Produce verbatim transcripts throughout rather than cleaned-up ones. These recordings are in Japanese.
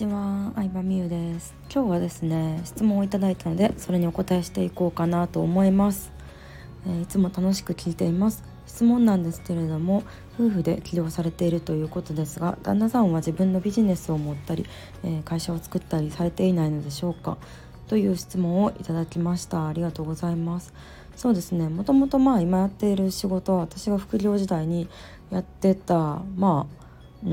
ちは、相葉美優です。今日はですね、質問をいただいたので、それにお答えしていこうかなと思います。えーいつも楽しく聞いています。質問なんですけれども、夫婦で起業されているということですが、旦那さんは自分のビジネスを持ったり、えー会社を作ったりされていないのでしょうか、という質問をいただきました。ありがとうございます。そうですね、もともとまあ今やっている仕事は、私が副業時代にやってたまあうん、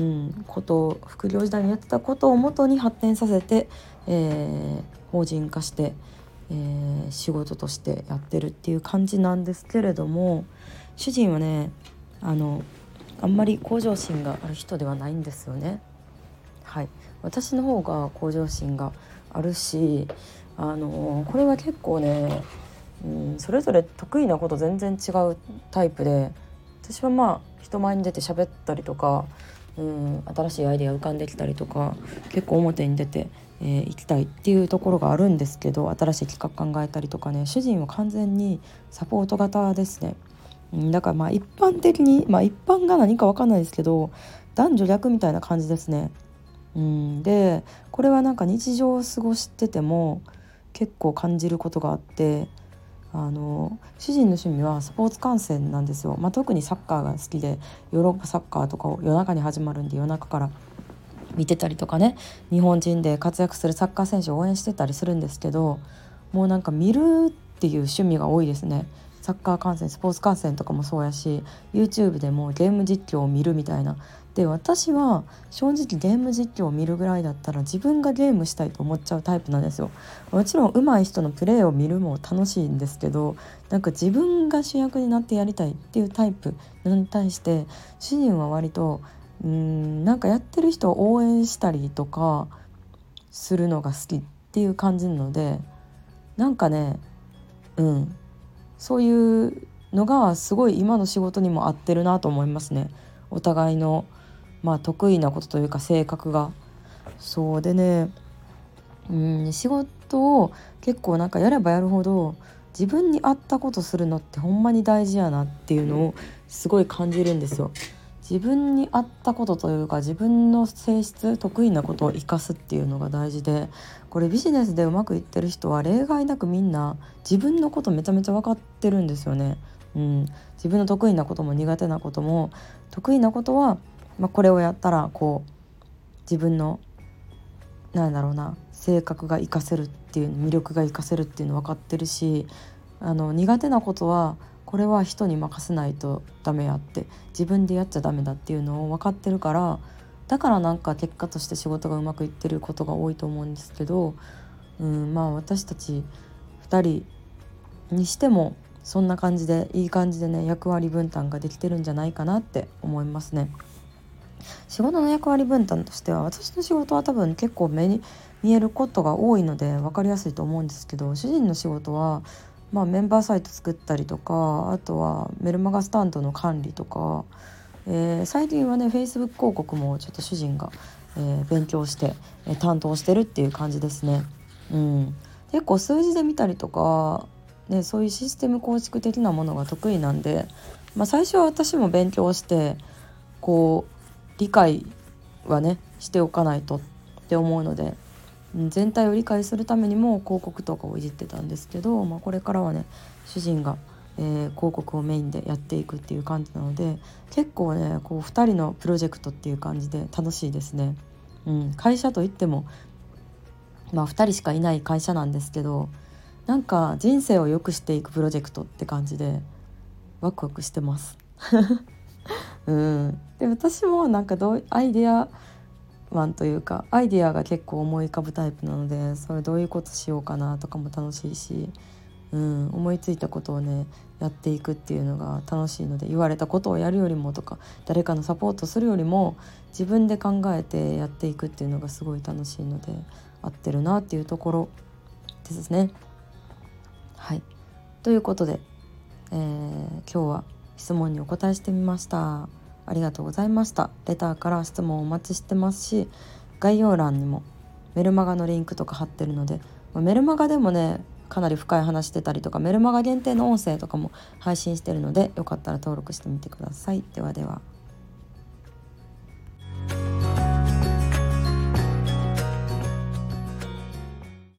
こと副業時代にやってたことを元に発展させて、えー法人化して、えー仕事としてやってるっていう感じなんですけれども、主人はねあのあんまり向上心がある人ではないんですよね。はい、私の方が向上心があるし、あのこれは結構ね、うん、それぞれ得意なこと全然違うタイプで、私はまあ人前に出て喋ったりとか、うん、新しいアイデア浮かんできたりとか、結構表に出て、えー行きたいっていうところがあるんですけど、新しい企画考えたりとかね、主人は完全にサポート型ですね。うん、だからまあ一般的に、まあ一般が何か分かんないですけど、男女逆みたいな感じですね。うん、でこれはなんか日常を過ごしてても結構感じることがあって、あの主人の趣味はスポーツ観戦なんですよ。まあ、特にサッカーが好きで、ヨーロッパサッカーとかを夜中に始まるんで、夜中から見てたりとかね、日本人で活躍するサッカー選手を応援してたりするんですけど、もうなんか見るっていう趣味が多いですね。サッカー観戦、スポーツ観戦とかもそうやし、 YouTube でもゲーム実況を見るみたいな。で私は正直ゲーム実況を見るぐらいだったら自分がゲームしたいと思っちゃうタイプなんですよ。もちろん上手い人のプレーを見るも楽しいんですけど、なんか自分が主役になってやりたいっていうタイプなのに対して、主人は割とうーんなんかやってる人を応援したりとかするのが好きっていう感じなので、なんかね、うんそういうのがすごい今の仕事にも合ってるなと思いますね。お互いのまあ得意なことというか性格が。そうでね、うん仕事を結構なんかやればやるほど、自分に合ったことするのってほんまに大事やなっていうのをすごい感じるんですよ。自分に合ったことというか、自分の性質得意なことを生かすっていうのが大事で、これビジネスでうまくいってる人は例外なくみんな自分のことめちゃめちゃ分かってるんですよね。うん、自分の得意なことも苦手なことも、得意なことは、まあ、これをやったらこう自分のなんだろうな性格が活かせるっていう魅力が活かせるっていうの分かってるし、あの苦手なことはこれは人に任せないとダメやって、自分でやっちゃダメだっていうのを分かってるから、だからなんか結果として仕事がうまくいってることが多いと思うんですけど、うん、まあ私たちふたりにしてもそんな感じでいい感じでね、役割分担ができてるんじゃないかなって思いますね。仕事の役割分担としては、私の仕事は多分結構目に見えることが多いので分かりやすいと思うんですけど、主人の仕事は、まあ、メンバーサイト作ったりとか、あとはメルマガスタンドの管理とか、えー最近はね Facebook 広告もちょっと主人が、えー勉強して、えー担当してるっていう感じですね。うん、結構数字で見たりとか、ね、そういうシステム構築的なものが得意なんで、まあ、最初は私も勉強してこう理解はねしておかないとって思うので、うん全体を理解するためにも広告とかをいじってたんですけど、まあ、これからはね主人が、えー広告をメインでやっていくっていう感じなので、結構ねこうふたりのプロジェクトっていう感じで楽しいですね。うん、会社といっても、まあ、ふたりしかいない会社なんですけど、なんか人生を良くしていくプロジェクトって感じでワクワクしてます。うん、で私もなんかどうアイデアマンというか、アイデアが結構思い浮かぶタイプなので、それどういうことしようかなとかも楽しいし、うん、思いついたことをねやっていくっていうのが楽しいので、言われたことをやるよりもとか、誰かのサポートするよりも自分で考えてやっていくっていうのがすごい楽しいので、合ってるなっていうところですね。はい、ということで、えー今日は質問にお答えしてみました。ありがとうございました。レターから質問をお待ちしてますし、概要欄にもメルマガのリンクとか貼ってるので、まあメルマガでもねかなり深い話してたりとか、メルマガ限定の音声とかも配信してるので、よかったら登録してみてください。ではでは。